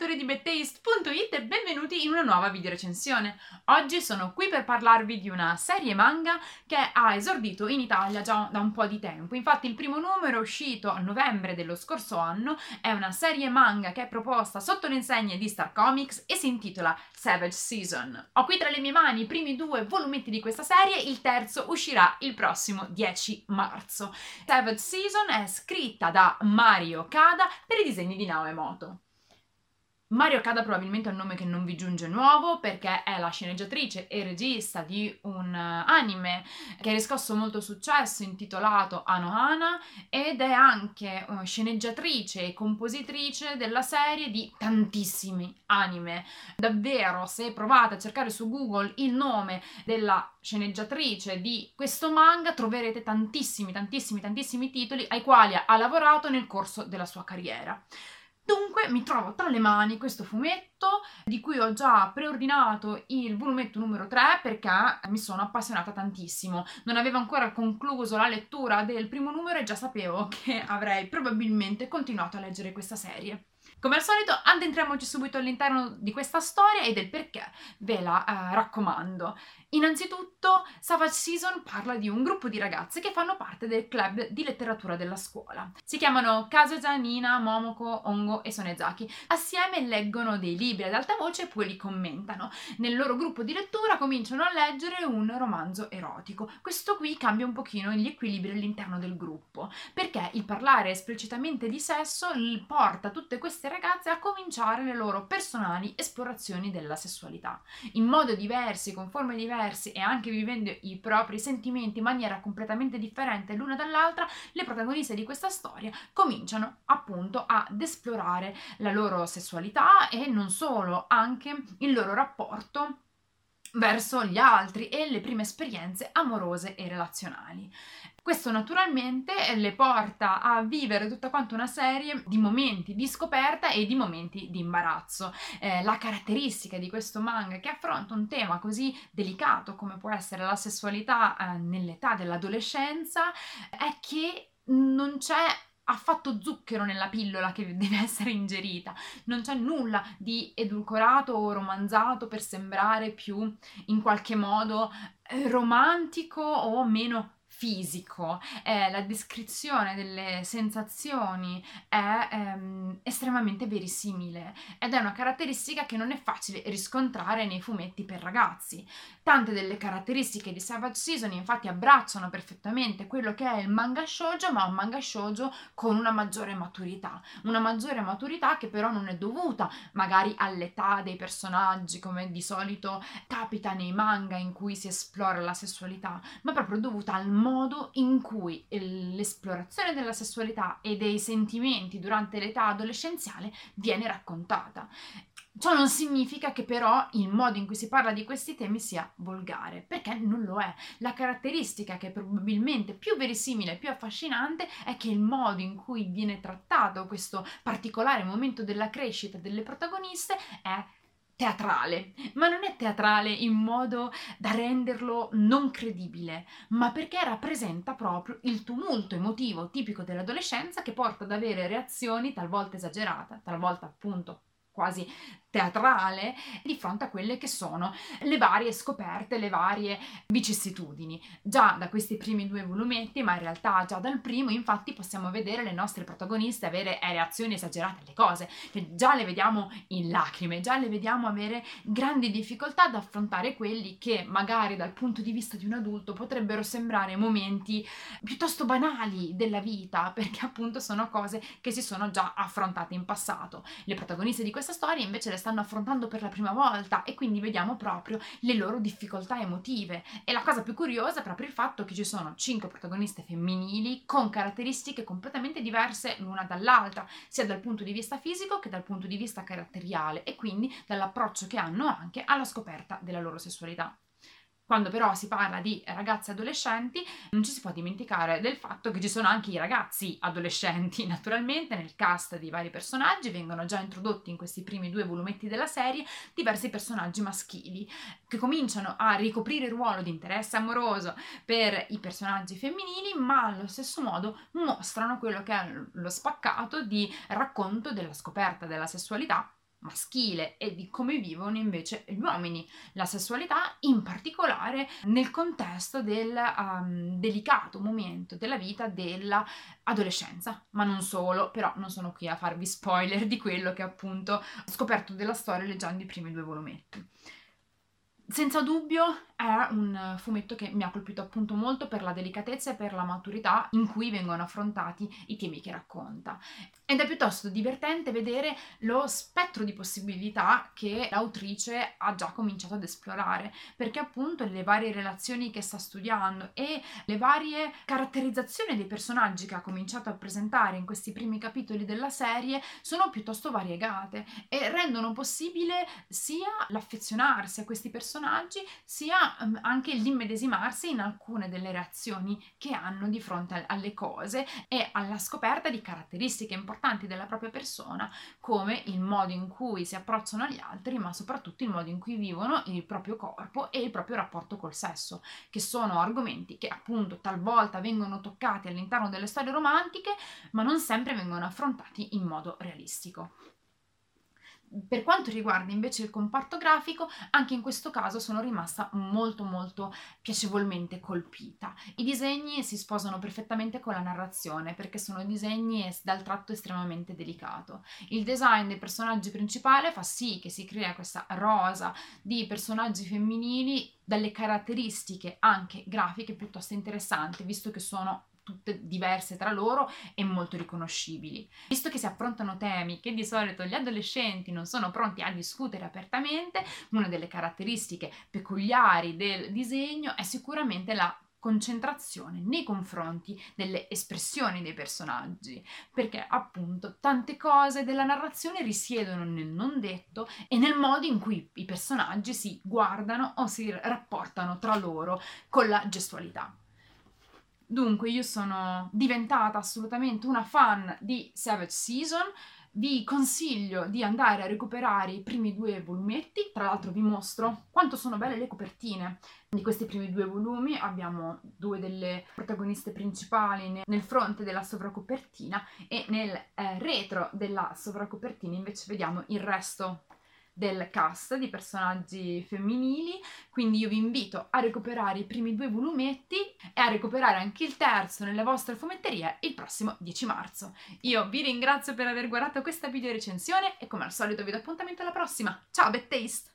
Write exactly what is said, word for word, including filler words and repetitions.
lettori di bedtaste punto it e benvenuti in una nuova video recensione. Oggi sono qui per parlarvi di una serie manga che ha esordito in Italia già da un po' di tempo. Infatti il primo numero è uscito a novembre dello scorso anno, è una serie manga che è proposta sotto le insegne di Star Comics e si intitola Savage Season. Ho qui tra le mie mani i primi due volumetti di questa serie, il terzo uscirà il prossimo dieci marzo. Savage Season è scritta da Mari Okada per i disegni di Nao Emoto. Mari Okada probabilmente è un nome che non vi giunge nuovo perché è la sceneggiatrice e regista di un anime che ha riscosso molto successo intitolato Anohana ed è anche sceneggiatrice e compositrice della serie di tantissimi anime. Davvero, se provate a cercare su Google il nome della sceneggiatrice di questo manga troverete tantissimi, tantissimi, tantissimi titoli ai quali ha lavorato nel corso della sua carriera. Dunque mi trovo tra le mani questo fumetto di cui ho già preordinato il volumetto numero tre perché mi sono appassionata tantissimo. Non avevo ancora concluso la lettura del primo numero e già sapevo che avrei probabilmente continuato a leggere questa serie. Come al solito addentriamoci subito all'interno di questa storia e del perché ve la eh, raccomando. Innanzitutto Savage Season parla di un gruppo di ragazze che fanno parte del club di letteratura della scuola. Si chiamano Kazuya, Nina, Momoko, Ongo e Sonezaki. Assieme leggono dei libri ad alta voce e poi li commentano. Nel loro gruppo di lettura cominciano a leggere un romanzo erotico. Questo qui cambia un pochino gli equilibri all'interno del gruppo, perché il parlare esplicitamente di sesso porta tutte queste ragazze a cominciare le loro personali esplorazioni della sessualità. In modo diversi, con forme diverse e anche vivendo i propri sentimenti in maniera completamente differente l'una dall'altra, le protagoniste di questa storia cominciano appunto ad esplorare la loro sessualità e non solo, anche il loro rapporto verso gli altri e le prime esperienze amorose e relazionali. Questo naturalmente le porta a vivere tutta quanta una serie di momenti di scoperta e di momenti di imbarazzo. Eh, la caratteristica di questo manga che affronta un tema così delicato come può essere la sessualità eh, nell'età dell'adolescenza è che non c'è affatto zucchero nella pillola che deve essere ingerita, non c'è nulla di edulcorato o romanzato per sembrare più in qualche modo romantico o meno fisico. Eh, la descrizione delle sensazioni è ehm, estremamente verisimile ed è una caratteristica che non è facile riscontrare nei fumetti per ragazzi. Tante delle caratteristiche di Savage Season infatti abbracciano perfettamente quello che è il manga shoujo, ma un manga shoujo con una maggiore maturità, una maggiore maturità che però non è dovuta magari all'età dei personaggi come di solito capita nei manga in cui si esplora la sessualità, ma proprio dovuta al modo in cui l'esplorazione della sessualità e dei sentimenti durante l'età adolescenziale viene raccontata. Ciò non significa che però il modo in cui si parla di questi temi sia volgare, perché non lo è. La caratteristica che è probabilmente più verosimile e più affascinante è che il modo in cui viene trattato questo particolare momento della crescita delle protagoniste è teatrale, ma non è teatrale in modo da renderlo non credibile, ma perché rappresenta proprio il tumulto emotivo tipico dell'adolescenza che porta ad avere reazioni talvolta esagerate, talvolta appunto quasi teatrale di fronte a quelle che sono le varie scoperte, le varie vicissitudini. Già da questi primi due volumetti, ma in realtà già dal primo, infatti possiamo vedere le nostre protagoniste avere reazioni esagerate alle cose, che già le vediamo in lacrime, già le vediamo avere grandi difficoltà ad affrontare quelli che magari dal punto di vista di un adulto potrebbero sembrare momenti piuttosto banali della vita, perché appunto sono cose che si sono già affrontate in passato. Le protagoniste di questa storia invece le stanno affrontando per la prima volta e quindi vediamo proprio le loro difficoltà emotive. E la cosa più curiosa è proprio il fatto che ci sono cinque protagoniste femminili con caratteristiche completamente diverse l'una dall'altra, sia dal punto di vista fisico che dal punto di vista caratteriale e quindi dall'approccio che hanno anche alla scoperta della loro sessualità. Quando però si parla di ragazze adolescenti non ci si può dimenticare del fatto che ci sono anche i ragazzi adolescenti. Naturalmente nel cast di vari personaggi vengono già introdotti in questi primi due volumetti della serie diversi personaggi maschili che cominciano a ricoprire il ruolo di interesse amoroso per i personaggi femminili, ma allo stesso modo mostrano quello che è lo spaccato di racconto della scoperta della sessualità maschile e di come vivono invece gli uomini la sessualità, in particolare nel contesto del um, delicato momento della vita dell'adolescenza, ma non solo, però non sono qui a farvi spoiler di quello che appunto ho scoperto della storia leggendo i primi due volumetti. Senza dubbio è un fumetto che mi ha colpito appunto molto per la delicatezza e per la maturità in cui vengono affrontati i temi che racconta. Ed è piuttosto divertente vedere lo spettro di possibilità che l'autrice ha già cominciato ad esplorare, perché appunto le varie relazioni che sta studiando e le varie caratterizzazioni dei personaggi che ha cominciato a presentare in questi primi capitoli della serie sono piuttosto variegate e rendono possibile sia l'affezionarsi a questi personaggi, sia um, anche l'immedesimarsi in alcune delle reazioni che hanno di fronte alle cose e alla scoperta di caratteristiche importanti della propria persona, come il modo in cui si approcciano agli altri, ma soprattutto il modo in cui vivono il proprio corpo e il proprio rapporto col sesso, che sono argomenti che appunto talvolta vengono toccati all'interno delle storie romantiche, ma non sempre vengono affrontati in modo realistico. Per quanto riguarda invece il comparto grafico, anche in questo caso sono rimasta molto molto piacevolmente colpita. I disegni si sposano perfettamente con la narrazione perché sono disegni dal tratto estremamente delicato. Il design dei personaggi principali fa sì che si crea questa rosa di personaggi femminili dalle caratteristiche anche grafiche piuttosto interessanti, visto che sono tutte diverse tra loro e molto riconoscibili. Visto che si affrontano temi che di solito gli adolescenti non sono pronti a discutere apertamente, una delle caratteristiche peculiari del disegno è sicuramente la concentrazione nei confronti delle espressioni dei personaggi, perché appunto tante cose della narrazione risiedono nel non detto e nel modo in cui i personaggi si guardano o si rapportano tra loro con la gestualità. Dunque io sono diventata assolutamente una fan di Savage Season, vi consiglio di andare a recuperare i primi due volumetti, tra l'altro vi mostro quanto sono belle le copertine di questi primi due volumi. Abbiamo due delle protagoniste principali nel fronte della sovracopertina e nel eh, retro della sovracopertina invece vediamo il resto del cast di personaggi femminili, quindi io vi invito a recuperare i primi due volumetti e a recuperare anche il terzo nelle vostre fumetterie il prossimo dieci marzo. Io vi ringrazio per aver guardato questa video recensione e come al solito vi do appuntamento alla prossima. Ciao, Bad Taste!